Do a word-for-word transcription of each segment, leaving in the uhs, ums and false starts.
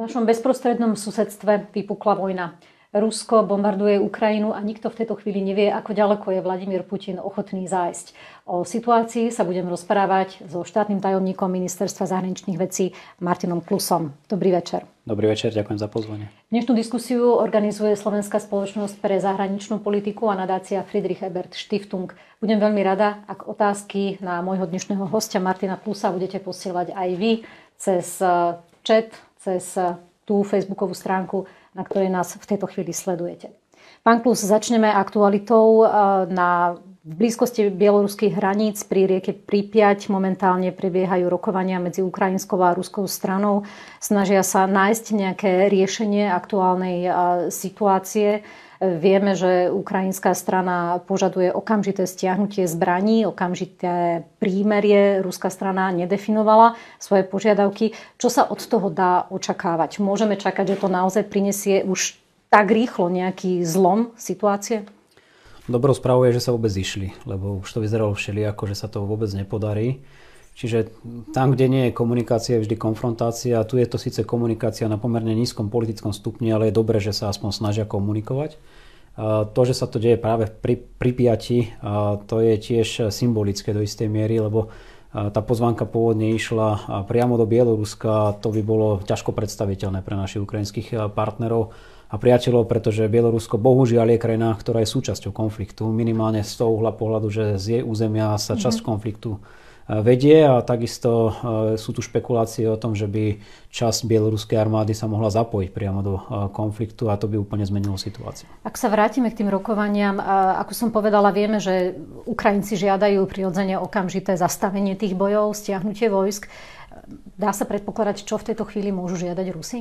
našom bezprostrednom susedstve vypukla vojna. Rusko bombarduje Ukrajinu a nikto v tejto chvíli nevie, ako ďaleko je Vladimír Putin ochotný zájsť. O situácii sa budem rozprávať so štátnym tajomníkom Ministerstva zahraničných vecí Martinom Klusom. Dobrý večer. Dobrý večer, ďakujem za pozvanie. Dnešnú diskusiu organizuje Slovenská spoločnosť pre zahraničnú politiku a nadácia Friedrich Ebert Stiftung. Budem veľmi rada, ak otázky na môjho dnešného hostia Martina Klusa budete posielať aj vy cez chat, cez tú facebookovú stránku, na ktorej nás v tejto chvíli sledujete. Pán Klus, začneme aktualitou. Na v blízkosti bieloruských hraníc pri rieke Pripjať momentálne prebiehajú rokovania medzi ukrajinskou a ruskou stranou. Snažia sa nájsť nejaké riešenie aktuálnej situácie. Vieme, že ukrajinská strana požaduje okamžité stiahnutie zbraní, okamžité prímerie. Ruská strana nedefinovala svoje požiadavky. Čo sa od toho dá očakávať? Môžeme čakať, že to naozaj prinesie už tak rýchlo nejaký zlom situácie? Dobrou správou je, že sa vôbec išli, lebo už to vyzeralo všelijako, že sa to vôbec nepodarí. Čiže tam, kde nie je komunikácia, je vždy konfrontácia. Tu je to síce komunikácia na pomerne nízkom politickom stupni, ale je dobré, že sa aspoň snažia komunikovať. To, že sa to deje práve pri Pripjati, to je tiež symbolické do istej miery, lebo tá pozvánka pôvodne išla priamo do Bieloruska. To by bolo ťažko predstaviteľné pre našich ukrajinských partnerov a priateľov, pretože Bielorusko bohužiaľ je krajina, ktorá je súčasťou konfliktu. Minimálne z toho uhla pohľadu, že z jej územia sa časť mm-hmm. konfliktu vedie a takisto sú tu špekulácie o tom, že by časť bieloruskej armády sa mohla zapojiť priamo do konfliktu a to by úplne zmenilo situáciu. Ak sa vrátime k tým rokovaniam, ako som povedala, vieme, že Ukrajinci žiadajú prirodzene okamžité zastavenie tých bojov, stiahnutie vojsk. Dá sa predpokladať, čo v tejto chvíli môžu žiadať Rusi?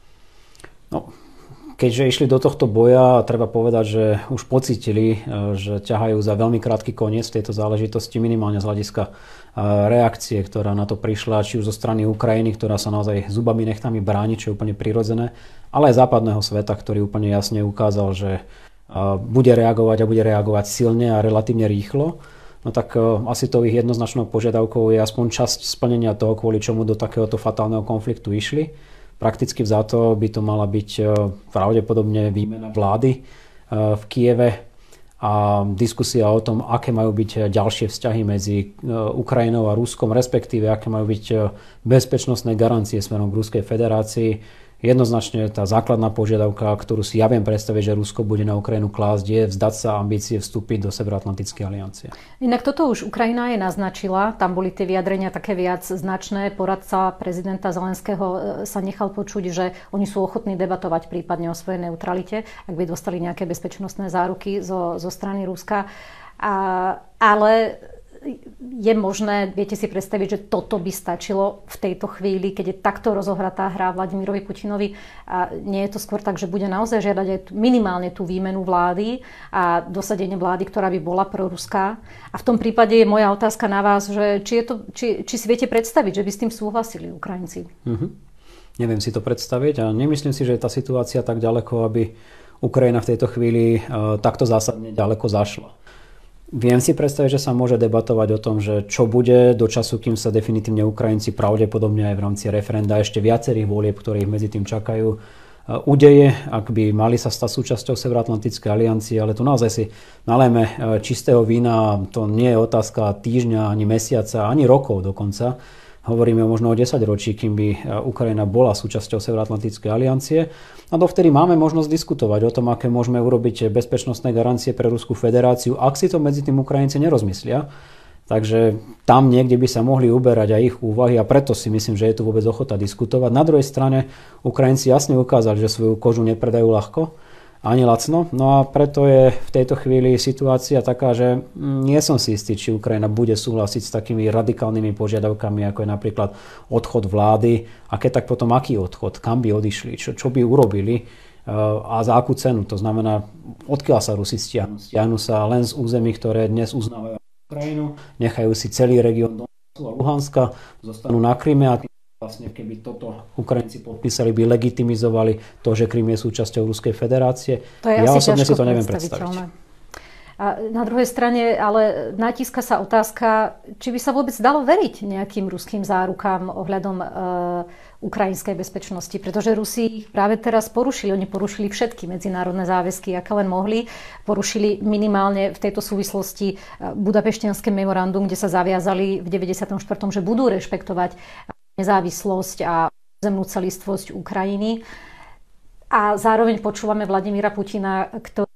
No, keďže išli do tohto boja, treba povedať, že už pocítili, že ťahajú za veľmi krátky koniec v tejto záležitosti, minimálne z hľadiska reakcie, ktorá na to prišla, či už zo strany Ukrajiny, ktorá sa naozaj zubami nechtami bráni, čo je úplne prirodzené, ale aj západného sveta, ktorý úplne jasne ukázal, že bude reagovať a bude reagovať silne a relatívne rýchlo. No tak asi to ich jednoznačnou požiadavkou je aspoň časť splnenia toho, kvôli čomu do takéhoto fatálneho konfliktu išli. Prakticky vzato by to mala byť pravdepodobne výmena vlády v Kieve a diskusia o tom, aké majú byť ďalšie vzťahy medzi Ukrajinou a Ruskom, respektíve aké majú byť bezpečnostné garancie smerom k Ruskej federácii. Jednoznačne tá základná požiadavka, ktorú si ja viem predstaviť, že Rusko bude na Ukrajinu klásť, je vzdať sa ambície vstúpiť do Severoatlantickej aliancie. Inak toto už Ukrajina aj naznačila. Tam boli tie vyjadrenia také viac značné. Poradca prezidenta Zelenského sa nechal počuť, že oni sú ochotní debatovať prípadne o svojej neutralite, ak by dostali nejaké bezpečnostné záruky zo, zo strany Ruska. A, ale je možné, viete si predstaviť, že toto by stačilo v tejto chvíli, keď je takto rozohratá hra Vladimirovi Putinovi. A nie je to skôr tak, že bude naozaj žiadať aj minimálne tú výmenu vlády a dosadenie vlády, ktorá by bola proruská. A v tom prípade je moja otázka na vás, že či, je to, či, či si viete predstaviť, že by s tým súhlasili Ukrajinci? Mm-hmm. Neviem si to predstaviť a nemyslím si, že je tá situácia tak ďaleko, aby Ukrajina v tejto chvíli uh, takto zásadne ďaleko zašla. Viem si predstaviť, že sa môže debatovať o tom, že čo bude do času, kým sa definitívne Ukrajinci pravdepodobne aj v rámci referenda ešte viacerých volieb, ktoré ich medzi tým čakajú, udeje, ak by mali sa stať súčasťou Severoatlantickej aliancie, ale tu naozaj si nalejme čistého vína, to nie je otázka týždňa, ani mesiaca, ani rokov dokonca. Hovoríme možno o desaťročí, kým by Ukrajina bola súčasťou Severoatlantickej aliancie. A dovtedy máme možnosť diskutovať o tom, aké môžeme urobiť bezpečnostné garancie pre Ruskú federáciu, ak si to medzi tým Ukrajinci nerozmyslia. Takže tam niekde by sa mohli uberať aj ich úvahy a preto si myslím, že je tu vôbec ochota diskutovať. Na druhej strane Ukrajinci jasne ukázali, že svoju kožu nepredajú ľahko ani lacno. No a preto je v tejto chvíli situácia taká, že nie som si istý, či Ukrajina bude súhlasiť s takými radikálnymi požiadavkami, ako je napríklad odchod vlády. A keď tak potom aký odchod? Kam by odišli? Čo, čo by urobili? A za akú cenu? To znamená, odkiaľ sa Rusi stiahnu? Stiahnu sa len z území, ktoré dnes uznávajú Ukrajinu, nechajú si celý región Donbasu a Luhanska, zostanú na Kryme a vlastne keby toto Ukrajinci podpísali, by legitimizovali to, že Krym je súčasťou Ruskej federácie. To je ja asi osobne si to neviem predstaviť. A na druhej strane ale natíska sa otázka, či by sa vôbec dalo veriť nejakým ruským zárukám ohľadom e, ukrajinskej bezpečnosti, pretože Rusi ich práve teraz porušili. Oni porušili všetky medzinárodné záväzky, aké len mohli. Porušili minimálne v tejto súvislosti Budapešťanské memorandum, kde sa zaviazali v deväťdesiatom štvrtom že budú rešpektovať nezávislosť a územnú celistvosť Ukrajiny. A zároveň počúvame Vladimíra Putina, ktorý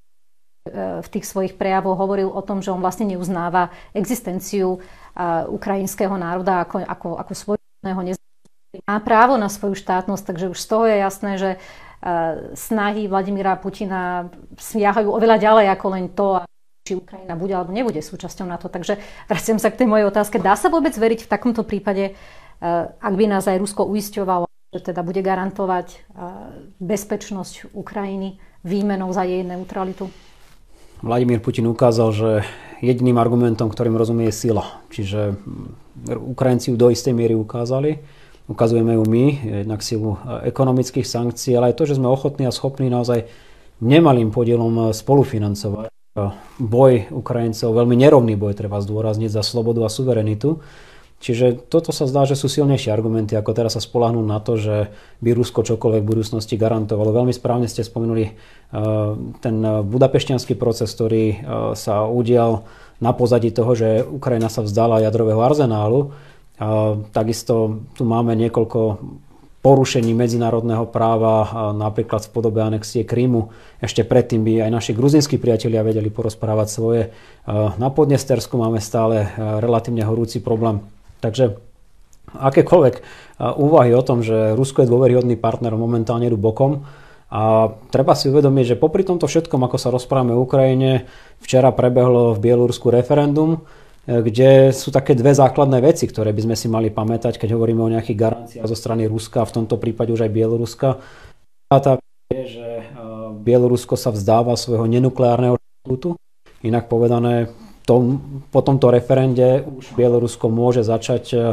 v tých svojich prejavoch hovoril o tom, že on vlastne neuznáva existenciu ukrajinského národa ako, ako, ako svojho nezávislého. Má právo na svoju štátnosť, takže už z toho je jasné, že snahy Vladimíra Putina siahajú oveľa ďalej ako len to, či Ukrajina bude alebo nebude súčasťou NATO. Takže vraciam sa k tej mojej otázke. Dá sa vôbec veriť v takomto prípade, ak by nás aj Rusko uisťovalo, že teda bude garantovať bezpečnosť Ukrajiny výmenou za jej neutralitu? Vladimír Putin ukázal, že jediným argumentom, ktorým rozumie, je sila. Čiže Ukrajinci ju do istej miery ukázali. Ukazujeme ju my, jednak silu ekonomických sankcií, ale aj to, že sme ochotní a schopní naozaj nemalým podielom spolufinancovať boj Ukrajincov, veľmi nerovný boj, treba zdôrazniť, za slobodu a suverenitu. Čiže toto sa zdá, že sú silnejšie argumenty, ako teraz sa spoľahnú na to, že by Rusko čokoľvek v budúcnosti garantovalo. Veľmi správne ste spomenuli ten budapešťanský proces, ktorý sa udial na pozadí toho, že Ukrajina sa vzdala jadrového arzenálu. Takisto tu máme niekoľko porušení medzinárodného práva, napríklad v podobe anexie Krymu. Ešte predtým by aj naši gruzinskí priatelia vedeli porozprávať svoje. Na Podnestersku máme stále relatívne horúci problém. Takže akékoľvek úvahy o tom, že Rusko je dôveryhodný partner, momentálne idú bokom. A treba si uvedomiť, že popri tomto všetkom, ako sa rozprávame o Ukrajine, včera prebehlo v Bielorusku referendum, kde sú také dve základné veci, ktoré by sme si mali pamätať, keď hovoríme o nejakých garanciách zo strany Ruska, v tomto prípade už aj Bieloruska. A tá je, že Bielorusko sa vzdáva svojho nenukleárneho štatútu. Inak povedané, tom, po tomto referende už Bielorusko môže začať uh,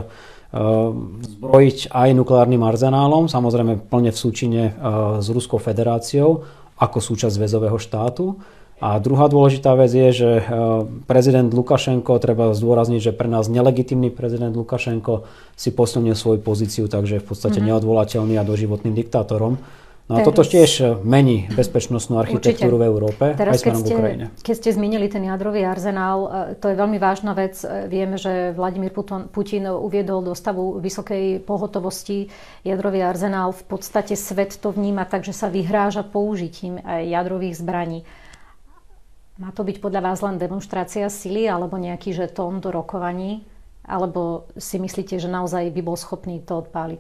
zbrojiť aj nukleárnym arzenálom, samozrejme plne v súčine uh, s Ruskou federáciou ako súčasť zväzového štátu. A druhá dôležitá vec je, že uh, prezident Lukašenko, treba zdôrazniť, že pre nás nelegitímny prezident Lukašenko si posilnil svoju pozíciu, takže je v podstate mm-hmm. neodvolateľný a doživotným diktátorom. No a teraz, toto tiež mení bezpečnostnú architektúru určite v Európe, teraz, aj smerom k Ukrajine. Keď ste zmínili ten jadrový arzenál, to je veľmi vážna vec. Vieme, že Vladimír Putin uviedol do stavu vysokej pohotovosti jadrový arzenál. V podstate svet to vníma tak, že sa vyhráža použitím jadrových zbraní. Má to byť podľa vás len demonštrácia sily alebo nejaký žetón do rokovaní? Alebo si myslíte, že naozaj by bol schopný to odpáliť?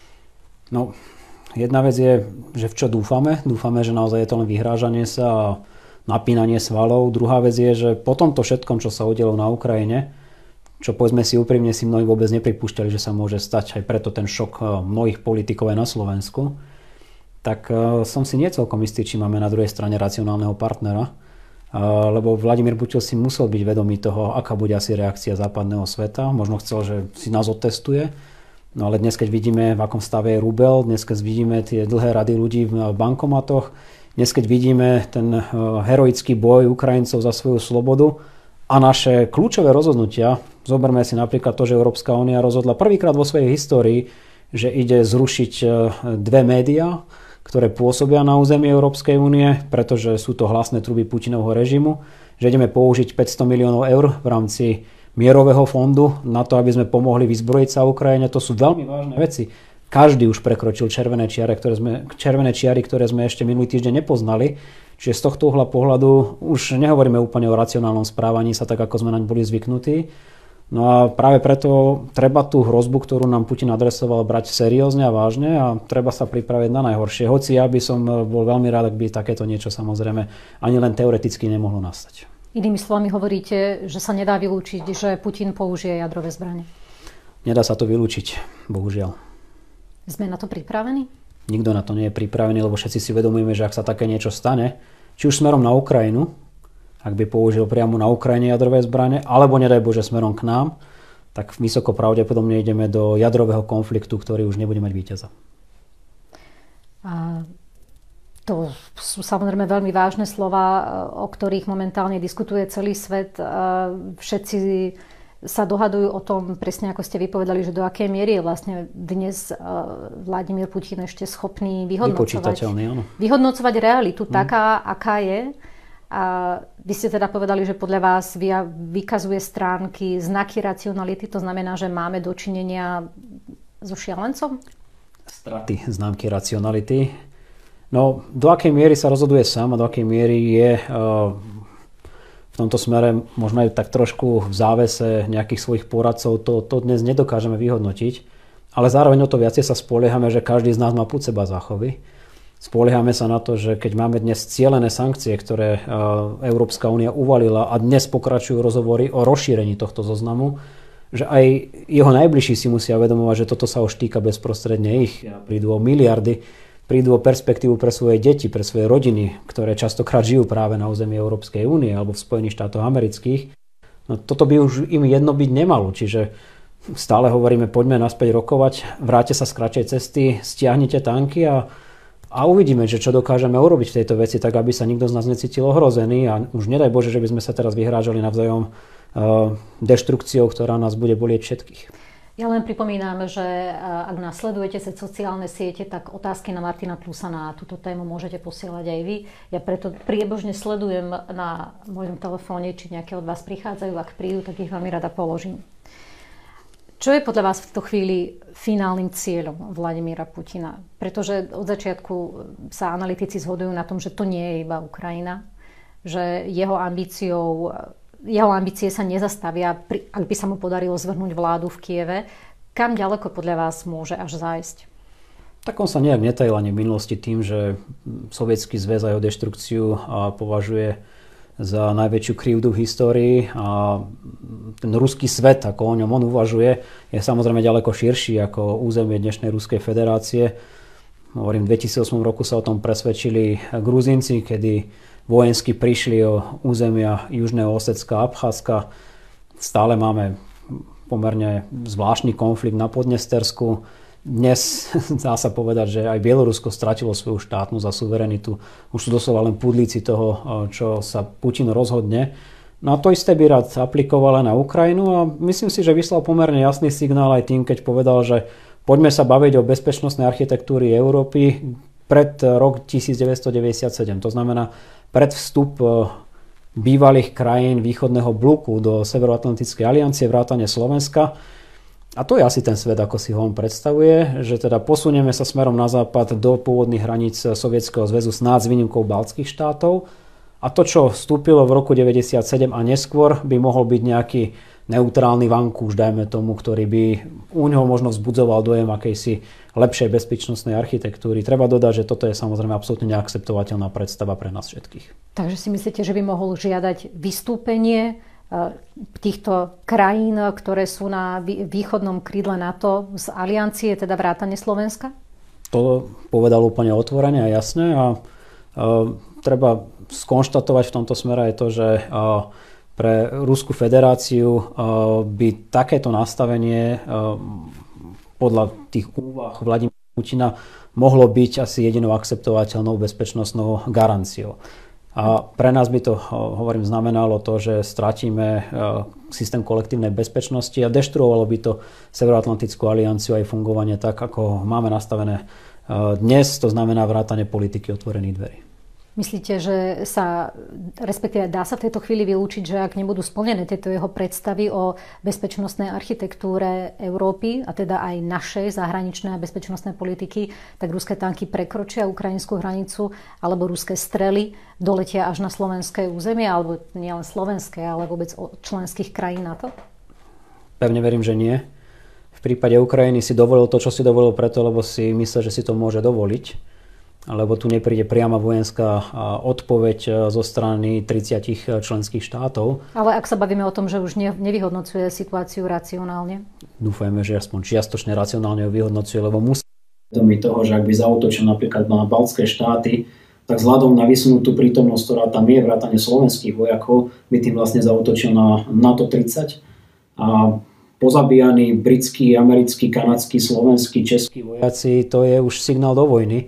No, jedna vec je, že v čo dúfame. Dúfame, že naozaj je to len vyhrážanie sa a napínanie svalov. Druhá vec je, že po tomto všetkom, čo sa udialo na Ukrajine, čo povedzme si úprimne, si mnohí vôbec nepripúšťali, že sa môže stať, aj preto ten šok mnohých politikov aj na Slovensku, tak som si nie celkom istý, či máme na druhej strane racionálneho partnera. Lebo Vladimír Putin si musel byť vedomý toho, aká bude asi reakcia západného sveta. Možno chcel, že si nás otestuje. No ale dnes, keď vidíme, v akom stave je rubel, dnes, keď vidíme tie dlhé rady ľudí v bankomatoch, dnes, keď vidíme ten heroický boj Ukrajincov za svoju slobodu a naše kľúčové rozhodnutia, zoberme si napríklad to, že Európska únia rozhodla prvýkrát vo svojej histórii, že ide zrušiť dve médiá, ktoré pôsobia na území Európskej únie, pretože sú to hlasné truby Putinovho režimu, že ideme použiť päťsto miliónov eur v rámci mierového fondu na to, aby sme pomohli vyzbrojiť sa Ukrajine. To sú veľmi vážne veci. Každý už prekročil červené čiary, ktoré sme, červené čiary, ktoré sme ešte minulý týždeň nepoznali. Čiže z tohto uhla pohľadu už nehovoríme úplne o racionálnom správaní sa, tak ako sme naň boli zvyknutí. No a práve preto treba tú hrozbu, ktorú nám Putin adresoval, brať seriózne a vážne a treba sa pripraviť na najhoršie. Hoci ja by som bol veľmi rád, ak by takéto niečo samozrejme ani len teoreticky nemohlo nastať. Inými slovami hovoríte, že sa nedá vylúčiť, že Putin použije jadrové zbrane? Nedá sa to vylúčiť, bohužiaľ. Sme na to pripravení? Nikto na to nie je pripravený, lebo všetci si uvedomujeme, že ak sa také niečo stane, či už smerom na Ukrajinu, ak by použil priamo na Ukrajine jadrové zbrane, alebo nedaj Bože smerom k nám, tak vysoko pravdepodobne ideme do jadrového konfliktu, ktorý už nebude mať víťaza. A To sú samozrejme veľmi vážne slova, o ktorých momentálne diskutuje celý svet. Všetci sa dohadujú o tom, presne ako ste vypovedali, že do akej miery je vlastne dnes Vladimír Putin ešte schopný vyhodnocovať, vyhodnocovať realitu mm. taká, aká je. A vy ste teda povedali, že podľa vás vykazuje stránky, znaky racionality, to znamená, že máme dočinenia so šialencom? Straty známky racionality. No, do akej miery sa rozhoduje sám a do akej miery je uh, v tomto smere možno aj tak trošku v závese nejakých svojich poradcov, to, to dnes nedokážeme vyhodnotiť. Ale zároveň o to viacej sa spoliehame, že každý z nás má pud seba záchovy. Spoliehame sa na to, že keď máme dnes cielené sankcie, ktoré Európska únia uvalila a dnes pokračujú rozhovory o rozšírení tohto zoznamu, že aj jeho najbližší si musia uvedomovať, že toto sa už týka bezprostredne ich. Prídu o miliardy, prídu o perspektívu pre svoje deti, pre svoje rodiny, ktoré častokrát žijú práve na území Európskej únie alebo v Spojených štátoch amerických. No, toto by už im jedno byť nemalo, čiže stále hovoríme, poďme naspäť rokovať, vráťte sa z kratšej cesty, stiahnite tanky a A uvidíme, že čo dokážeme urobiť v tejto veci, tak aby sa nikto z nás necítil ohrozený a už nedaj Bože, že by sme sa teraz vyhrážali navzájom deštrukciou, ktorá nás bude bolieť všetkých. Ja len pripomínam, že ak nás sledujete cez sociálne siete, tak otázky na Martina Tlusa na túto tému môžete posielať aj vy. Ja preto priebežne sledujem na mojom telefóne, či nejaké od vás prichádzajú. Ak prídu, tak ich veľmi rada položím. Čo je podľa vás v tejto chvíli finálnym cieľom Vladimíra Putina? Pretože od začiatku sa analytici zhodujú na tom, že to nie je iba Ukrajina, že jeho ambíciou, jeho ambície sa nezastavia, ak by sa mu podarilo zvrhnúť vládu v Kieve. Kam ďaleko podľa vás môže až zájsť? Tak on sa nejak netajil ani v minulosti tým, že Sovietsky zväz a jeho deštrukciu považuje za najväčšiu krivdu v histórii a ten ruský svet, ako o ňom on uvažuje, je samozrejme ďaleko širší ako územie dnešnej Ruskej federácie. Hovorím, v dvetisícosem roku sa o tom presvedčili Gruzínci, kedy vojensky prišli o územia Južného Osetská a Abcházska. Stále máme pomerne zvláštny konflikt na Podnestersku. Dnes dá sa povedať, že aj Bielorusko stratilo svoju štátnosť a suverenitu. Už sú doslova len pudlíci toho, čo sa Putin rozhodne. No a to isté by rád aplikoval aj na Ukrajinu a myslím si, že vyslal pomerne jasný signál aj tým, keď povedal, že poďme sa baviť o bezpečnostnej architektúry Európy pred rok devätnásťstodeväťdesiatsedem. To znamená pred vstup bývalých krajín východného bloku do Severoatlantickej aliancie, vrátane Slovenska. A to je asi ten svet, ako si ho on predstavuje, že teda posunieme sa smerom na západ do pôvodných hraníc Sovietskeho zväzu snáď s výnimkou baltských štátov. A to, čo vstúpilo v roku deväťdesiatsedem a neskôr, by mohol byť nejaký neutrálny vankúš, dajme tomu, ktorý by u ňoho možno vzbudzoval dojem akejsi lepšej bezpečnostnej architektúry. Treba dodať, že toto je samozrejme absolútne neakceptovateľná predstava pre nás všetkých. Takže si myslíte, že by mohol žiadať vystúpenie týchto krajín, ktoré sú na východnom krídle NATO z aliancie, teda vrátane Slovenska? To povedal úplne otvorene a jasne a, a treba skonštatovať v tomto smere aj to, že a, pre Ruskú federáciu a, by takéto nastavenie a, podľa tých úvah Vladimíra Putina mohlo byť asi jedinou akceptovateľnou bezpečnostnou garanciou. A pre nás by to, hovorím, znamenalo to, že stratíme systém kolektívnej bezpečnosti a deštruovalo by to Severoatlantickú alianciu aj fungovanie tak, ako máme nastavené dnes, to znamená vrátane politiky otvorených dverí. Myslíte, že sa, respektíve dá sa v tejto chvíli vylúčiť, že ak nebudú splnené tieto jeho predstavy o bezpečnostnej architektúre Európy, a teda aj našej zahraničnej a bezpečnostnej politiky, tak ruské tanky prekročia ukrajinskú hranicu, alebo ruské strely doletia až na slovenské územie, alebo nielen slovenské, ale vôbec členských krajín NATO? Pevne verím, že nie. V prípade Ukrajiny si dovolil to, čo si dovolil preto, lebo si myslel, že si to môže dovoliť. Lebo tu nepríde priama vojenská odpoveď zo strany tridsať členských štátov. Ale ak sa bavíme o tom, že už nevyhodnocuje situáciu racionálne? Dúfajme, že aspoň čiastočne racionálne ju vyhodnocuje, lebo musí vedomiť toho, že ak by zaútočil napríklad na baltské štáty, tak vzhľadom na vysunutú prítomnosť, ktorá tam je, vrátane slovenských vojakov, by tým vlastne zaútočil na NATO tridsať. A pozabíjaní britskí, americkí, kanadskí, slovenskí, českí vojaci, to je už signál do vojny.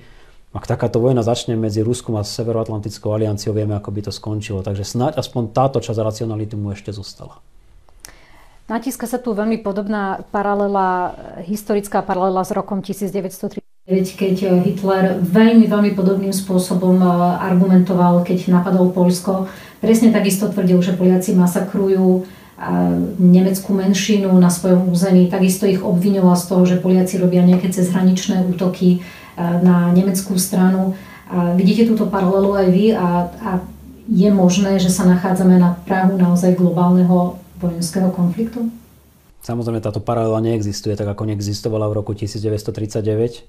Ak takáto vojna začne medzi Ruskom a Severoatlantickou alianciou, vieme, ako by to skončilo. Takže snáď aspoň táto časť racionality mu ešte zostala. Natíska sa tu veľmi podobná paralela, historická paralela s rokom devätnásťstotridsaťdeväť, keď Hitler veľmi, veľmi podobným spôsobom argumentoval, keď napadol Poľsko. Presne takisto tvrdil, že Poliaci masakrujú nemeckú menšinu na svojom území. Takisto ich obviňoval z toho, že Poliaci robia nejaké cezhraničné útoky na nemeckú stranu. A vidíte túto paralelu aj vy a, a je možné, že sa nachádzame na prahu naozaj globálneho vojenského konfliktu? Samozrejme, táto paralela neexistuje, tak ako neexistovala v roku devätnásťstotridsaťdeväť.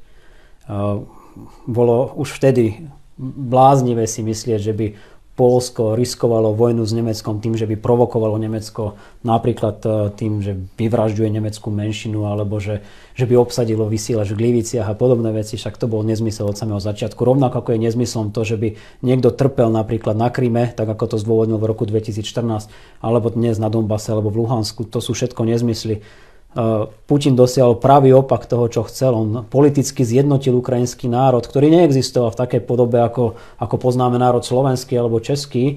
Bolo už vtedy bláznivé si myslieť, že by Poľsko riskovalo vojnu s Nemeckom tým, že by provokovalo Nemecko napríklad tým, že vyvražďuje nemeckú menšinu alebo že, že by obsadilo vysielač v Gliviciach a podobné veci. Však to bol nezmysel od samého začiatku. Rovnako ako je nezmyslom to, že by niekto trpel napríklad na Kryme, tak ako to zdôvodnil v roku dvetisícštrnásť, alebo dnes na Donbase alebo v Luhansku. To sú všetko nezmysly. Putin dosiahol pravý opak toho, čo chcel. On politicky zjednotil ukrajinský národ, ktorý neexistoval v takej podobe, ako, ako poznáme národ slovenský alebo český.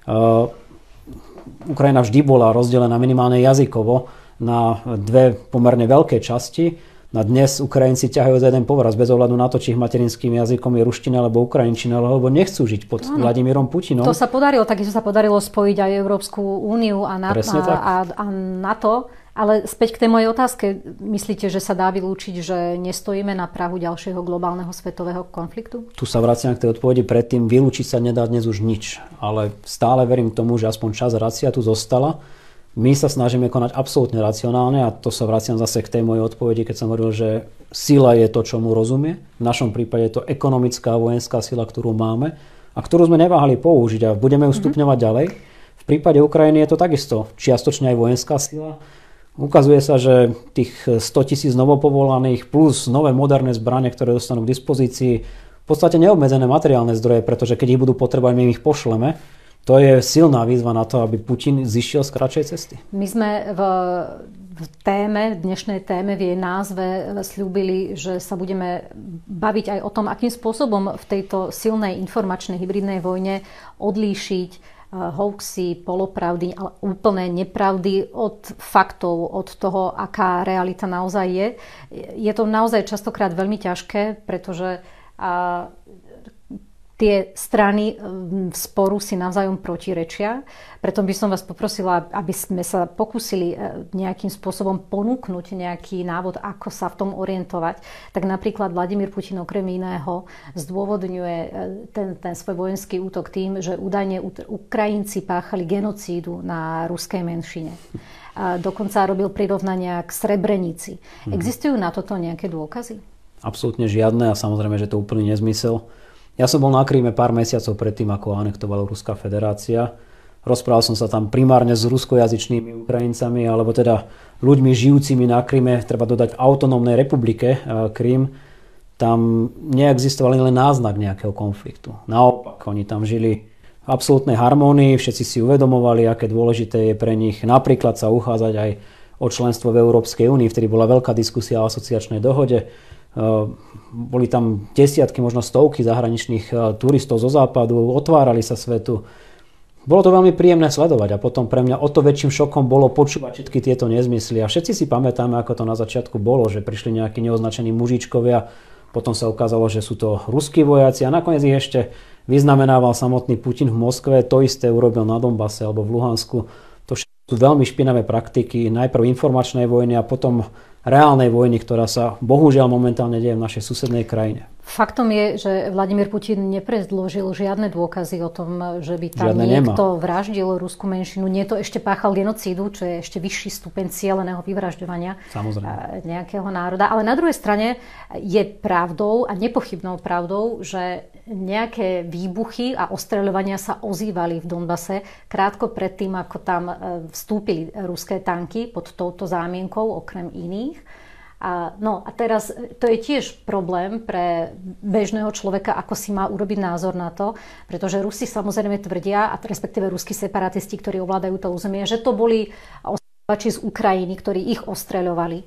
Ukrajina vždy bola rozdelená minimálne jazykovo na dve pomerne veľké časti. Na dnes Ukrajinci ťahajú za jeden povraz bez ohľadu na to, či ich materinským jazykom je ruština alebo ukrajinčina, lebo nechcú žiť pod ano. Vladimírom Putinom. To sa podarilo, takisto sa podarilo spojiť aj Európsku úniu a, na, a, a, a NATO. Ale späť k tej mojej otázke. Myslíte, že sa dá vylúčiť, že nestojíme na prahu ďalšieho globálneho svetového konfliktu? Tu sa vraciam k tej odpovedi predtým. Vylúčiť sa nedá dnes už nič. Ale stále verím tomu, že aspoň časť racia tu zostala. My sa snažíme konať absolútne racionálne a to sa vraciam zase k tej mojej odpovedi, keď som hovoril, že sila je to, čo mu rozumie. V našom prípade je to ekonomická a vojenská sila, ktorú máme a ktorú sme neváhali použiť a budeme ju stupňovať mm-hmm. ďalej. V prípade Ukrajiny je to takisto čiastočne aj vojenská sila. Ukazuje sa, že tých stotisíc novopovolaných plus nové moderné zbrane, ktoré dostanú k dispozícii, v podstate neobmedzené materiálne zdroje, pretože keď ich budú potrebovať, my ich pošleme. To je silná výzva na to, aby Putin zišiel z kratšej cesty. My sme v, v téme, dnešnej téme, v jej názve sľúbili, že sa budeme baviť aj o tom, akým spôsobom v tejto silnej informačnej hybridnej vojne odlíšiť hoaxy, polopravdy, ale úplné nepravdy od faktov, od toho, aká realita naozaj je. Je to naozaj častokrát veľmi ťažké, pretože a, tie strany v sporu si navzájom protirečia. Preto by som vás poprosila, aby sme sa pokúsili nejakým spôsobom ponúknuť nejaký návod, ako sa v tom orientovať. Tak napríklad Vladimír Putin okrem iného zdôvodňuje ten, ten svoj vojenský útok tým, že údajne Ukrajinci páchali genocídu na ruskej menšine. A dokonca robil prirovnania k Srebrenici. Mhm. Existujú na toto nejaké dôkazy? Absolútne žiadne a samozrejme, že to úplný nezmysel. Ja som bol na Kríme pár mesiacov predtým, ako anektovala Ruská federácia. Rozprával som sa tam primárne s ruskojazyčnými Ukrajincami, alebo teda ľuďmi žijúcimi na Kríme, treba dodať v autonómnej republike Krím. Tam neexistoval len náznak nejakého konfliktu. Naopak, oni tam žili v absolútnej harmónii, všetci si uvedomovali, aké dôležité je pre nich napríklad sa uchádzať aj o členstvo v Európskej únii, vtedy bola veľká diskusia o asociačnej dohode. Boli tam desiatky, možno stovky zahraničných turistov zo západu, otvárali sa svetu. Bolo to veľmi príjemné sledovať a potom pre mňa o to väčším šokom bolo počúvať všetky tieto nezmysly. A všetci si pamätáme, ako to na začiatku bolo, že prišli nejakí neoznačení mužičkovia, potom sa ukázalo, že sú to ruskí vojaci a nakoniec ich ešte vyznamenával samotný Putin v Moskve. To isté urobil na Donbase alebo v Luhansku. To všetko sú veľmi špinavé praktiky, najprv informačnej vojny a potom reálnej vojny, ktorá sa bohužiaľ momentálne deje v našej susednej krajine. Faktom je, že Vladimír Putin nepredložil žiadne dôkazy o tom, že by tam žiadne niekto nemá. vraždil ruskú menšinu. Nie to ešte páchal genocídu, čo je ešte vyšší stupeň cieleného vyvražďovania Samozrejme. nejakého národa. Ale na druhej strane je pravdou a nepochybnou pravdou, že nejaké výbuchy a ostreľovania sa ozývali v Donbase krátko predtým, ako tam vstúpili ruské tanky pod touto zámienkou, okrem iných. A, no a teraz to je tiež problém pre bežného človeka, ako si má urobiť názor na to, pretože Rusi samozrejme tvrdia, a respektíve ruskí separatisti, ktorí ovládajú to územie, že to boli ostreľovači z Ukrajiny, ktorí ich ostreľovali.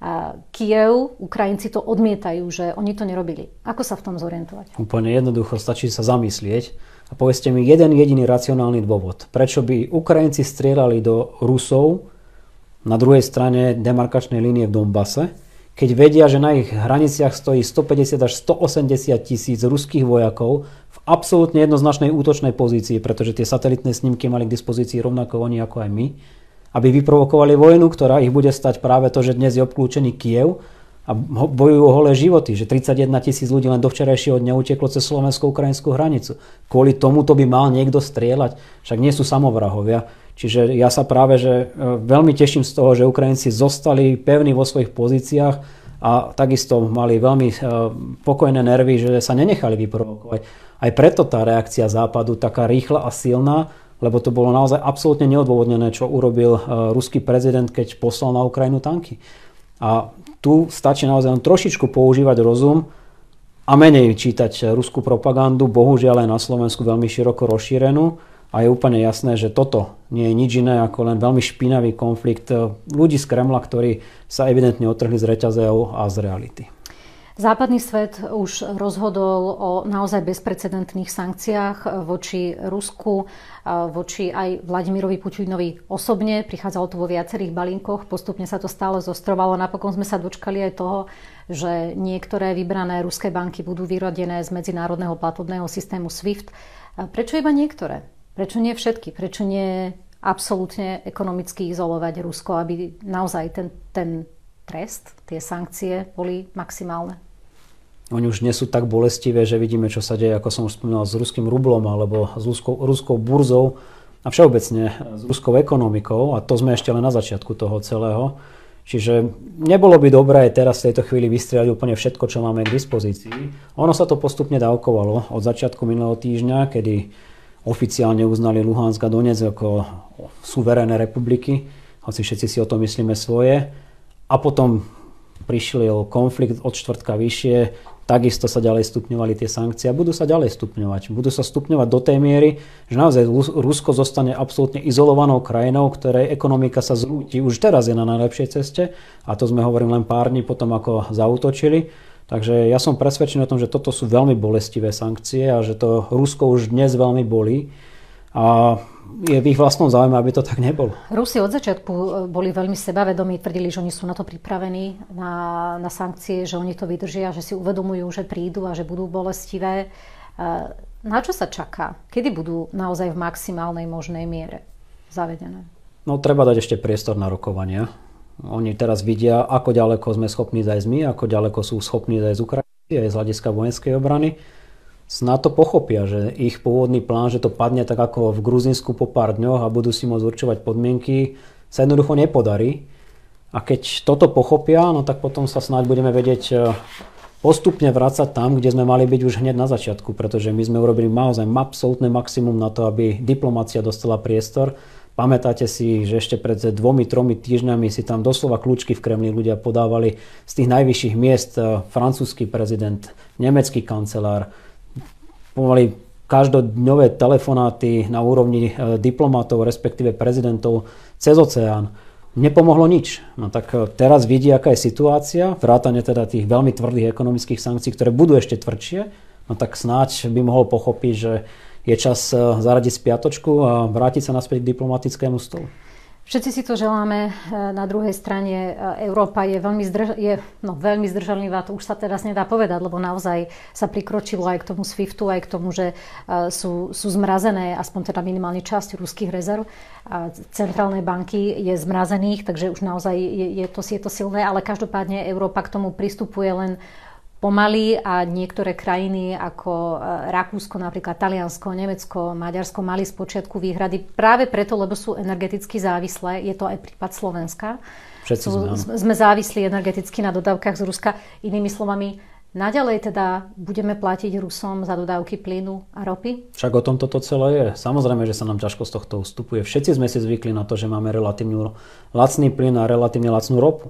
Kyjev, Ukrajinci to odmietajú, že oni to nerobili. Ako sa v tom zorientovať? Úplne jednoducho, stačí sa zamyslieť a povedzte mi jeden jediný racionálny dôvod. Prečo by Ukrajinci strieľali do Rusov na druhej strane demarkačnej línie v Donbase, keď vedia, že na ich hraniciach stojí stopäťdesiat až stoosemdesiat tisíc ruských vojakov v absolútne jednoznačnej útočnej pozícii, pretože tie satelitné snímky mali k dispozícii rovnako oni ako aj my, aby vyprovokovali vojnu, ktorá ich bude stať práve to, že dnes je obklúčený Kyjev a bojujú o holé životy, že tridsaťjeden tisíc ľudí len do včerajšieho dňa uteklo cez slovensko-ukrajinskú hranicu. Kvôli tomuto by mal niekto strieľať, však nie sú samovrahovia. Čiže ja sa práve že veľmi teším z toho, že Ukrajinci zostali pevní vo svojich pozíciách a takisto mali veľmi pokojné nervy, že sa nenechali vyprovokovať. Aj preto tá reakcia Západu taká rýchla a silná, lebo to bolo naozaj absolútne neodôvodnené, čo urobil ruský prezident, keď poslal na Ukrajinu tanky. A tu stačí naozaj len trošičku používať rozum a menej čítať ruskú propagandu, bohužiaľ aj na Slovensku veľmi široko rozšírenú. A je úplne jasné, že toto nie je nič iné ako len veľmi špinavý konflikt ľudí z Kremla, ktorí sa evidentne otrhli z reťazov a z reality. Západný svet už rozhodol o naozaj bezprecedentných sankciách voči Rusku, voči aj Vladimirovi Putinovi osobne. Prichádzalo to vo viacerých balíkoch, postupne sa to stále zostrovalo. Napokon sme sa dočkali aj toho, že niektoré vybrané ruské banky budú vyrodené z medzinárodného platobného systému SWIFT. Prečo iba niektoré? Prečo nie všetky? Prečo nie absolútne ekonomicky izolovať Rusko, aby naozaj ten, ten trest, tie sankcie boli maximálne? Oni už nie sú tak bolestivé, že vidíme, čo sa deje, ako som už spomínal, s ruským rublom alebo s ruskou, ruskou burzou a všeobecne s ruskou ekonomikou. A to sme ešte len na začiatku toho celého. Čiže nebolo by dobré aj teraz v tejto chvíli vystrieľať úplne všetko, čo máme k dispozícii. Ono sa to postupne dávkovalo od začiatku minulého týždňa, kedy oficiálne uznali Luhansk a Donetsk ako suverénne republiky, hoci všetci si o tom myslíme svoje. A potom prišiel konflikt od štvrtka vyššie, takisto sa ďalej stupňovali tie sankcie a budú sa ďalej stupňovať. Budú sa stupňovať do tej miery, že naozaj Rusko zostane absolútne izolovanou krajinou, ktorej ekonomika sa zrúti. Už teraz je na najlepšej ceste a to sme hovorili len pár dní potom, ako zaútočili. Takže ja som presvedčený o tom, že toto sú veľmi bolestivé sankcie a že to Rusko už dnes veľmi bolí. A je v ich vlastnom záujme, aby to tak nebolo. Rusi od začiatku boli veľmi sebavedomí, tvrdili, že oni sú na to pripravení, na, na sankcie, že oni to vydržia, že si uvedomujú, že prídu a že budú bolestivé. Na čo sa čaká? Kedy budú naozaj v maximálnej možnej miere zavedené? No treba dať ešte priestor na rokovania. Oni teraz vidia, ako ďaleko sme schopní zajsť my, ako ďaleko sú schopní zajsť Ukrajinci aj z hľadiska vojenskej obrany. Snad to pochopia, že ich pôvodný plán, že to padne tak ako v Gruzínsku po pár dňoch a budú si môcť určovať podmienky, sa jednoducho nepodarí. A keď toto pochopia, no tak potom sa snáď budeme vedieť postupne vrácať tam, kde sme mali byť už hneď na začiatku, pretože my sme urobili naozaj absolútne maximum na to, aby diplomacia dostala priestor. Pamätáte si, že ešte pred dvomi, tromi týždňami si tam doslova kľúčky v Kremli ľudia podávali z tých najvyšších miest, francúzsky prezident, nemecký kancelár, pomaly každodňové telefonáty na úrovni diplomatov, respektíve prezidentov cez oceán. Nepomohlo nič. No tak teraz vidí, aká je situácia, vrátane teda tých veľmi tvrdých ekonomických sankcií, ktoré budú ešte tvrdšie, no tak snáď by mohol pochopiť, že je čas zaradiť spiatočku a vrátiť sa naspäť k diplomatickému stolu. Všetci si to želáme. Na druhej strane Európa je veľmi, zdrž- je, no, veľmi zdržanlivá, to už sa teraz nedá povedať, lebo naozaj sa prikročilo aj k tomu SWIFTu, aj k tomu, že sú, sú zmrazené aspoň teda minimálne časť ruských rezerv. Centrálnej banky je zmrazených, takže už naozaj je, je, to, je to silné, ale každopádne Európa k tomu pristupuje len pomaly a niektoré krajiny ako Rakúsko, napríklad Taliansko, Nemecko, Maďarsko mali spočiatku výhrady práve preto, lebo sú energeticky závislé. Je to aj prípad Slovenska. Všetci sme, sme závislí energeticky na dodávkach z Ruska. Inými slovami, naďalej teda budeme platiť Rusom za dodávky plynu a ropy? Však o tom toto celé je. Samozrejme, že sa nám ťažko z tohto ustupuje. Všetci sme si zvykli na to, že máme relatívne lacný plyn a relatívne lacnú ropu.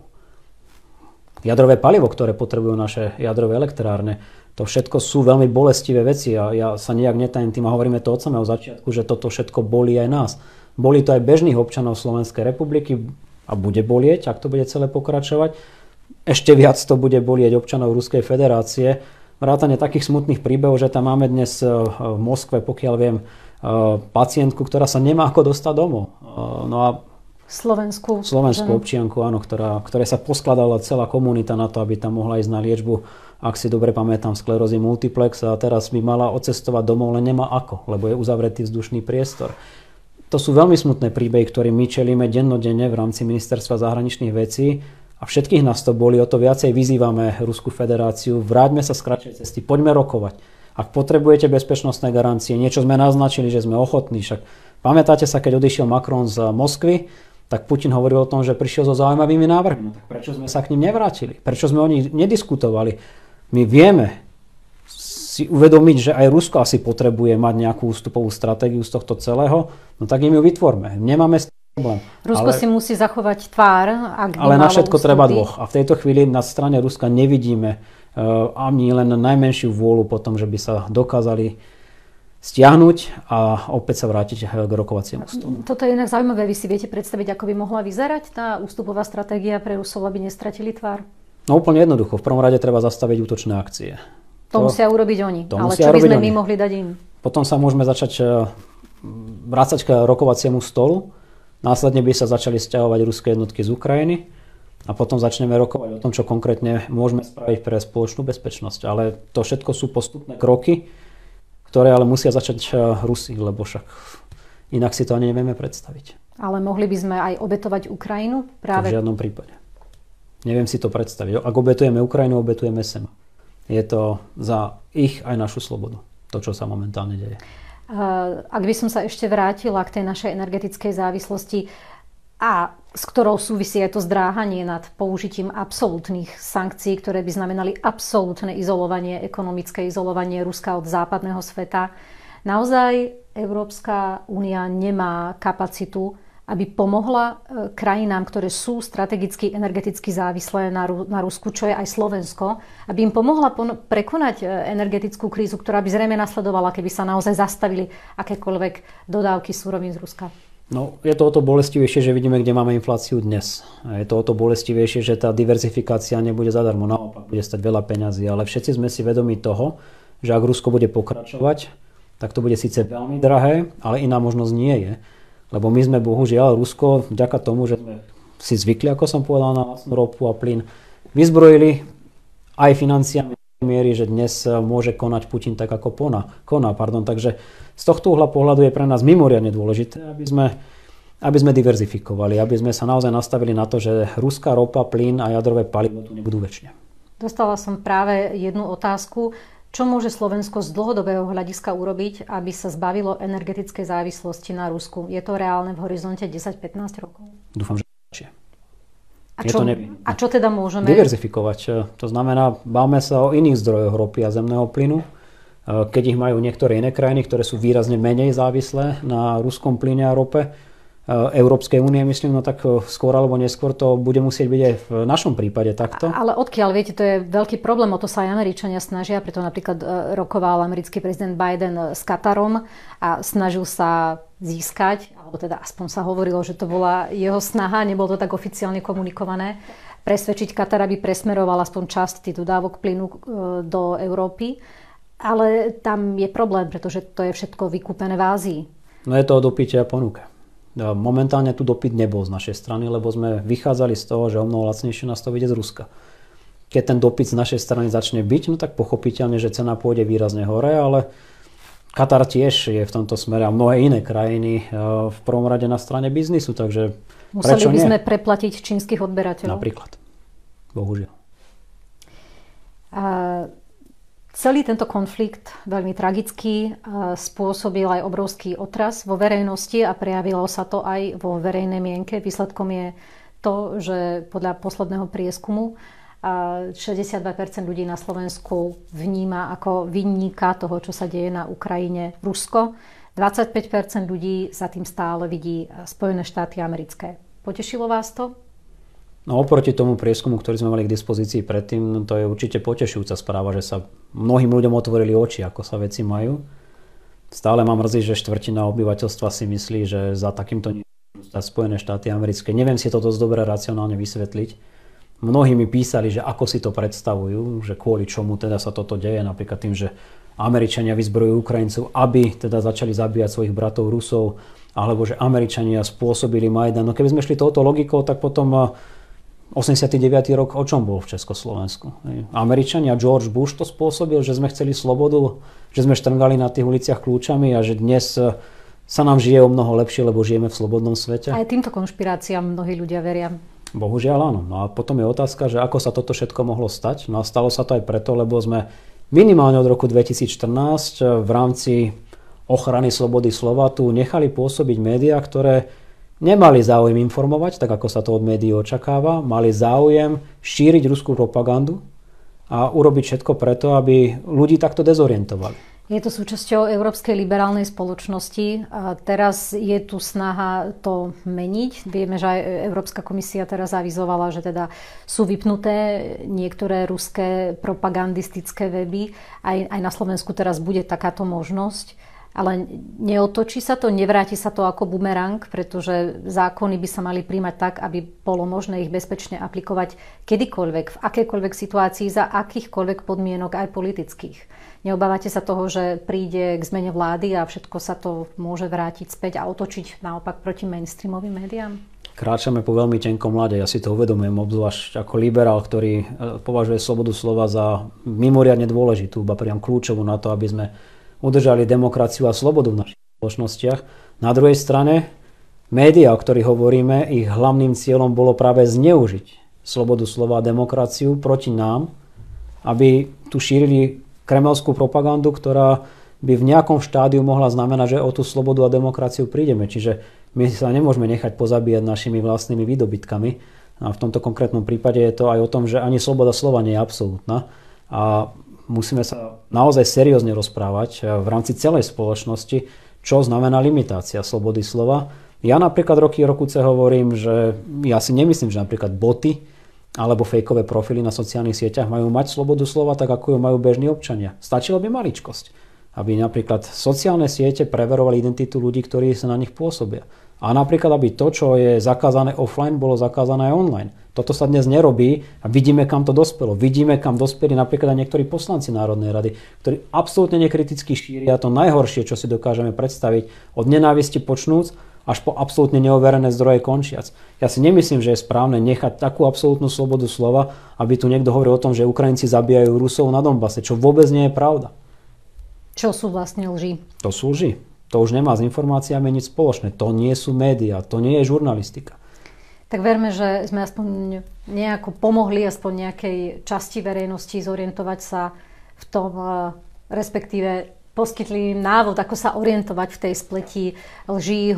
Jadrové palivo, ktoré potrebujú naše jadrové elektrárne, to všetko sú veľmi bolestivé veci a ja sa nejak netajím tým a hovoríme to od samého začiatku, že toto všetko bolí aj nás. Bolí to aj bežných občanov Slovenskej republiky a bude bolieť, ak to bude celé pokračovať. ešte viac to bude bolieť občanov Ruskej federácie. Vrátane takých smutných príbehov, že tam máme dnes v Moskve, pokiaľ viem, pacientku, ktorá sa nemá ako dostať domov. No a Slovenskú. Slovenskú občianku, áno, ktorá, ktoré sa poskladala celá komunita na to, aby tam mohla ísť na liečbu, ak si dobre pamätám, sklerózy multiplex, a teraz by mala odcestovať domov, len nemá ako, lebo je uzavretý vzdušný priestor. To sú veľmi smutné príbehy, ktorým my čelíme dennodenne v rámci Ministerstva zahraničných vecí a všetkých nás to boli, o to viacej vyzývame Ruskú federáciu, vráťme sa z kratšej cesty, poďme rokovať. Ak potrebujete bezpečnostné garancie, niečo sme naznačili, že sme ochotní, však pamätáte sa, keď odišiel Macron z Moskvy, tak Putin hovoril o tom, že prišiel so zaujímavými návrhmi. No tak prečo sme sa k ním nevrátili? Prečo sme o nich nediskutovali? My vieme si uvedomiť, že aj Rusko asi potrebuje mať nejakú ústupovú stratégiu z tohto celého, no tak im ju vytvorme. Nemáme s tým problém. Rusko ale, si musí zachovať tvár, ak ale na všetko ústupy. Treba dvoch. A v tejto chvíli na strane Ruska nevidíme uh, ani len najmenšiu vôľu potom, že by sa dokázali stiahnuť a opäť sa vrátiť k rokovaciemu stolu. Toto je inak zaujímavé. Vy si viete predstaviť, ako by mohla vyzerať tá ústupová stratégia pre Rusov, aby nestratili tvár? No úplne jednoducho. V prvom rade treba zastaviť útočné akcie. To, to musia urobiť oni. Ale čo by sme my mohli dať im? Potom sa môžeme začať vrácať k rokovaciemu stolu. Následne by sa začali sťahovať ruské jednotky z Ukrajiny a potom začneme rokovať o tom, čo konkrétne môžeme spraviť pre spoločnú bezpečnosť. Ale to všetko sú postupné kroky, ktoré ale musia začať Rusi, lebo však inak si to ani nevieme predstaviť. Ale mohli by sme aj obetovať Ukrajinu? Práve... To v žiadnom prípade. Neviem si to predstaviť. Ak obetujeme Ukrajinu, obetujeme seba. Je to za ich aj našu slobodu, to, čo sa momentálne deje. Ak by som sa ešte vrátila k tej našej energetickej závislosti, a s ktorou súvisí aj to zdráhanie nad použitím absolútnych sankcií, ktoré by znamenali absolútne izolovanie, ekonomické izolovanie Ruska od západného sveta. Naozaj Európska únia nemá kapacitu, aby pomohla krajinám, ktoré sú strategicky energeticky závislé na, Ru- na Rusku, čo je aj Slovensko, aby im pomohla pon- prekonať energetickú krízu, ktorá by zrejme nasledovala, keby sa naozaj zastavili akékoľvek dodávky surovín z Ruska. No, je to o to bolestivejšie, že vidíme, kde máme infláciu dnes. Je to o to bolestivejšie, že tá diverzifikácia nebude zadarmo. Naopak, bude stať veľa peňazí, ale všetci sme si vedomi toho, že ak Rusko bude pokračovať, tak to bude síce veľmi drahé, ale iná možnosť nie je. Lebo my sme bohužiaľ Rusko, vďaka tomu, že sme si zvykli, ako som povedal, na vlastnú ropu a plyn, vyzbrojili aj financiami miery, že dnes môže konať Putin tak, ako koná. koná pardon. Takže z tohto uhla pohľadu je pre nás mimoriadne dôležité, aby sme, aby sme diverzifikovali, aby sme sa naozaj nastavili na to, že ruská ropa, plyn a jadrové palivo tu nebudú večne. Dostala som práve jednu otázku. Čo môže Slovensko z dlhodobého hľadiska urobiť, aby sa zbavilo energetickej závislosti na Rusku? Je to reálne v horizonte desať pätnásť rokov? Dúfam, že lepšie. A čo, a čo teda môžeme? Diverzifikovať. To znamená, bavme sa o iných zdrojoch ropy a zemného plynu. Keď ich majú niektoré iné krajiny, ktoré sú výrazne menej závislé na ruskom plyne a rope, Európskej únie, myslím, no tak skôr alebo neskôr to bude musieť byť aj v našom prípade takto. Ale odkiaľ, viete, to je veľký problém, o to sa aj Američania snažia, preto napríklad rokoval americký prezident Biden s Katarom a snažil sa získať, alebo teda aspoň sa hovorilo, že to bola jeho snaha, nebolo to tak oficiálne komunikované, presvedčiť Katar, aby presmeroval aspoň časť tých dodávok plynu do Európy. Ale tam je problém, pretože to je všetko vykúpené v Ázii. No je to o dopyte a ponuke. Momentálne tu dopyt nebol z našej strany, lebo sme vychádzali z toho, že o mnoho lacnejšie nás to vyjde z Ruska. Keď ten dopyt z našej strany začne byť, no tak pochopiteľne, že cena pôjde výrazne hore, ale Katar tiež je v tomto smere a mnohé iné krajiny v prvom rade na strane biznisu, takže museli by nie? sme preplatiť čínskych odberateľov. Napríklad. Bohužiaľ. A celý tento konflikt, veľmi tragický, spôsobil aj obrovský otras vo verejnosti a prejavilo sa to aj vo verejnej mienke. Výsledkom je to, že podľa posledného prieskumu šesťdesiatdva percent ľudí na Slovensku vníma ako vinníka toho, čo sa deje na Ukrajine, Rusko. dvadsaťpäť percent ľudí za tým stále vidí Spojené štáty americké. Potešilo vás to? No oproti tomu prieskumu, ktorý sme mali k dispozícii predtým, no to je určite potešujúca správa, že sa mnohým ľuďom otvorili oči, ako sa veci majú. Stále mám mrzí, že štvrtina obyvateľstva si myslí, že za takýmto Spojené štáty americké. Neviem si to dosť dobre racionálne vysvetliť. Mnohí mi písali, že ako si to predstavujú, že kvôli čomu teda sa toto deje, napríklad tým, že Američania vyzbrojujú Ukrajincov, aby teda začali zabíjať svojich bratov Rusov, alebo že Američania spôsobili Majdan. No keby sme šli touto logikou, tak potom osemdesiaty deviaty rok o čom bol v Československu? Američania, George Bush to spôsobil, že sme chceli slobodu, že sme štrngali na tých uliciach kľúčami a že dnes sa nám žije o mnoho lepšie, lebo žijeme v slobodnom svete. Aj týmto konšpiráciám mnohí ľudia veria. Bohužiaľ áno. No a potom je otázka, že ako sa toto všetko mohlo stať. No a stalo sa to aj preto, lebo sme minimálne od roku dvetisícštrnásť v rámci ochrany slobody slova tu nechali pôsobiť médiá, ktoré nemali záujem informovať, tak ako sa to od médií očakáva, mali záujem šíriť ruskú propagandu a urobiť všetko preto, aby ľudí takto dezorientovali. Je to súčasťou európskej liberálnej spoločnosti a teraz je tu snaha to meniť. Vieme, že aj Európska komisia teraz avizovala, že teda sú vypnuté niektoré ruské propagandistické weby. Aj, aj na Slovensku teraz bude takáto možnosť. Ale neotočí sa to, nevráti sa to ako bumerang, pretože zákony by sa mali príjmať tak, aby bolo možné ich bezpečne aplikovať kedykoľvek, v akejkoľvek situácii, za akýchkoľvek podmienok, aj politických. Neobávate sa toho, že príde k zmene vlády a všetko sa to môže vrátiť späť a otočiť naopak proti mainstreamovým médiám? Kráčame po veľmi tenkom ľade, ja si to uvedomujem, obzvlášť ako liberál, ktorý považuje slobodu slova za mimoriadne dôležitú, ba priam kľúčovú na to, aby sme udržali demokraciu a slobodu v našich spoločnostiach. Na druhej strane, médiá, o ktorých hovoríme, ich hlavným cieľom bolo práve zneužiť slobodu slova a demokraciu proti nám, aby tu šírili kremelskú propagandu, ktorá by v nejakom štádiu mohla znamenať, že o tú slobodu a demokraciu prídeme. Čiže my sa nemôžeme nechať pozabíjať našimi vlastnými výdobytkami. A v tomto konkrétnom prípade je to aj o tom, že ani sloboda slova nie je absolútna. A musíme sa naozaj seriózne rozprávať v rámci celej spoločnosti, čo znamená limitácia slobody slova. Ja napríklad roky rokuce hovorím, že ja si nemyslím, že napríklad boty alebo fejkové profily na sociálnych sieťach majú mať slobodu slova tak, ako ju majú bežní občania. Stačilo by maličkosť, aby napríklad sociálne siete preverovali identitu ľudí, ktorí sa na nich pôsobia. A napríklad, aby to, čo je zakázané offline, bolo zakázané aj online. Toto sa dnes nerobí a vidíme, kam to dospelo. Vidíme, kam dospeli napríklad aj niektorí poslanci Národnej rady, ktorí absolútne nekriticky šíria to najhoršie, čo si dokážeme predstaviť, od nenávisti počnúc až po absolútne neoverené zdroje končiac. Ja si nemyslím, že je správne nechať takú absolútnu slobodu slova, aby tu niekto hovoril o tom, že Ukrajinci zabíjajú Rusov na Donbase, čo vôbec nie je pravda. Čo sú vlastne lži? To sú lži. To už nemá s informáciami nič spoločné. To nie sú médiá, to nie je žurnalistika. Tak verme, že sme aspoň nejako pomohli aspoň nejakej časti verejnosti zorientovať sa v tom, respektíve poskytli im návod, ako sa orientovať v tej spleti lží,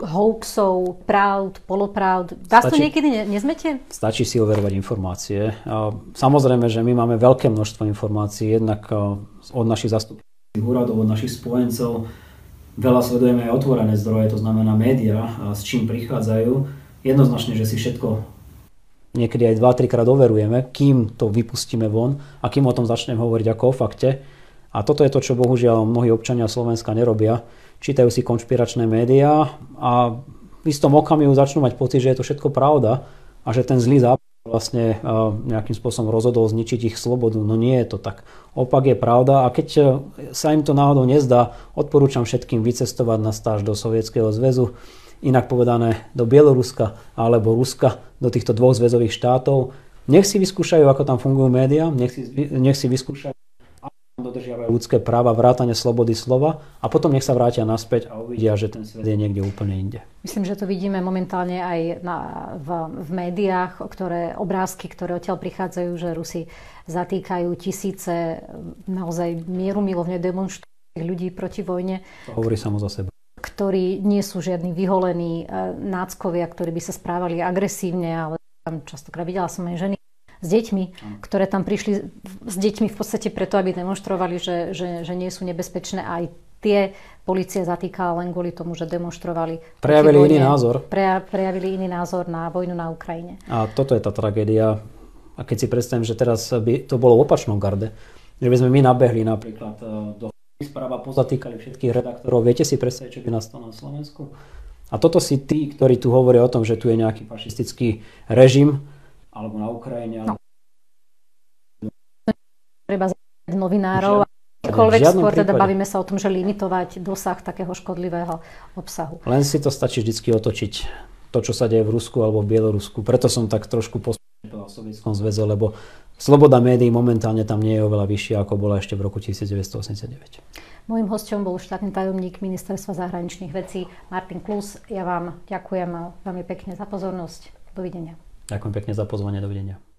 hoaxov, pravd, polopravd. Vás to niekedy ne, nezmete? Stačí si overovať informácie. Samozrejme, že my máme veľké množstvo informácií, jednak od našich zastupných úradov, od našich spojencov. Veľa sledujeme aj otvorené zdroje, to znamená médiá, s čím prichádzajú. Jednoznačne, že si všetko niekedy aj dva tri krát overujeme, kým to vypustíme von a kým o tom začneme hovoriť ako o fakte. A toto je to, čo bohužiaľ mnohí občania Slovenska nerobia. Čítajú si konšpiračné médiá a v istom okamihu začnú mať pocit, že je to všetko pravda a že ten zlý západ vlastne nejakým spôsobom rozhodol zničiť ich slobodu. No nie je to tak. Opak je pravda a keď sa im to náhodou nezdá, odporúčam všetkým vycestovať na stáž do Sovietskeho zväzu, inak povedané do Bieloruska alebo Ruska, do týchto dvoch zväzových štátov. Nech si vyskúšajú, ako tam fungujú médiá, nech si, nech si vyskúšajú, dodržiavajú ľudské práva, vrátane slobody slova a potom nech sa vrátia naspäť a uvidia, že ten svet je niekde úplne inde. Myslím, že to vidíme momentálne aj na, v, v médiách, ktoré obrázky, ktoré odtiaľ prichádzajú, že Rusi zatýkajú tisíce naozaj mierumilovne demonštrujúcich ľudí proti vojne. To hovorí samo za seba. Ktorí nie sú žiadni vyholení náckovia, ktorí by sa správali agresívne, ale tam častokrát videla som aj ženy s deťmi, ktoré tam prišli s deťmi v podstate preto, aby demonštrovali, že, že, že nie sú nebezpečné. Aj tie polícia zatýkala len kvôli tomu, že demonštrovali. Prejavili vojne, iný názor. Preja, prejavili iný názor na vojnu na Ukrajine. A toto je tá tragédia. A keď si predstavím, že teraz by to bolo v opačnom garde, že by sme my nabehli napríklad do správa, pozatýkali všetkých redaktorov. Viete si predstaviť, čo by nastalo na Slovensku? A toto si tí, ktorí tu hovoria o tom, že tu je nejaký fašistický režim, alebo na Ukrajine. No. Alebo... Treba zaujať novinárov. Akoľvek skôr teda bavíme sa o tom, že limitovať dosah takého škodlivého obsahu. Len si to stačí vždy otočiť. To, čo sa deje v Rusku alebo v Bielorusku. Preto som tak trošku pospomínal v Sovietskom zväze, lebo sloboda médií momentálne tam nie je oveľa vyššia, ako bola ešte v roku devätnásťstoosemdesiatdeväť. Mojím hosťom bol štátny tajomník Ministerstva zahraničných vecí Martin Klus. Ja vám ďakujem veľmi pekne za pozornosť. Dovidenia. Ďakujem pekne za pozvanie. Dovidenia.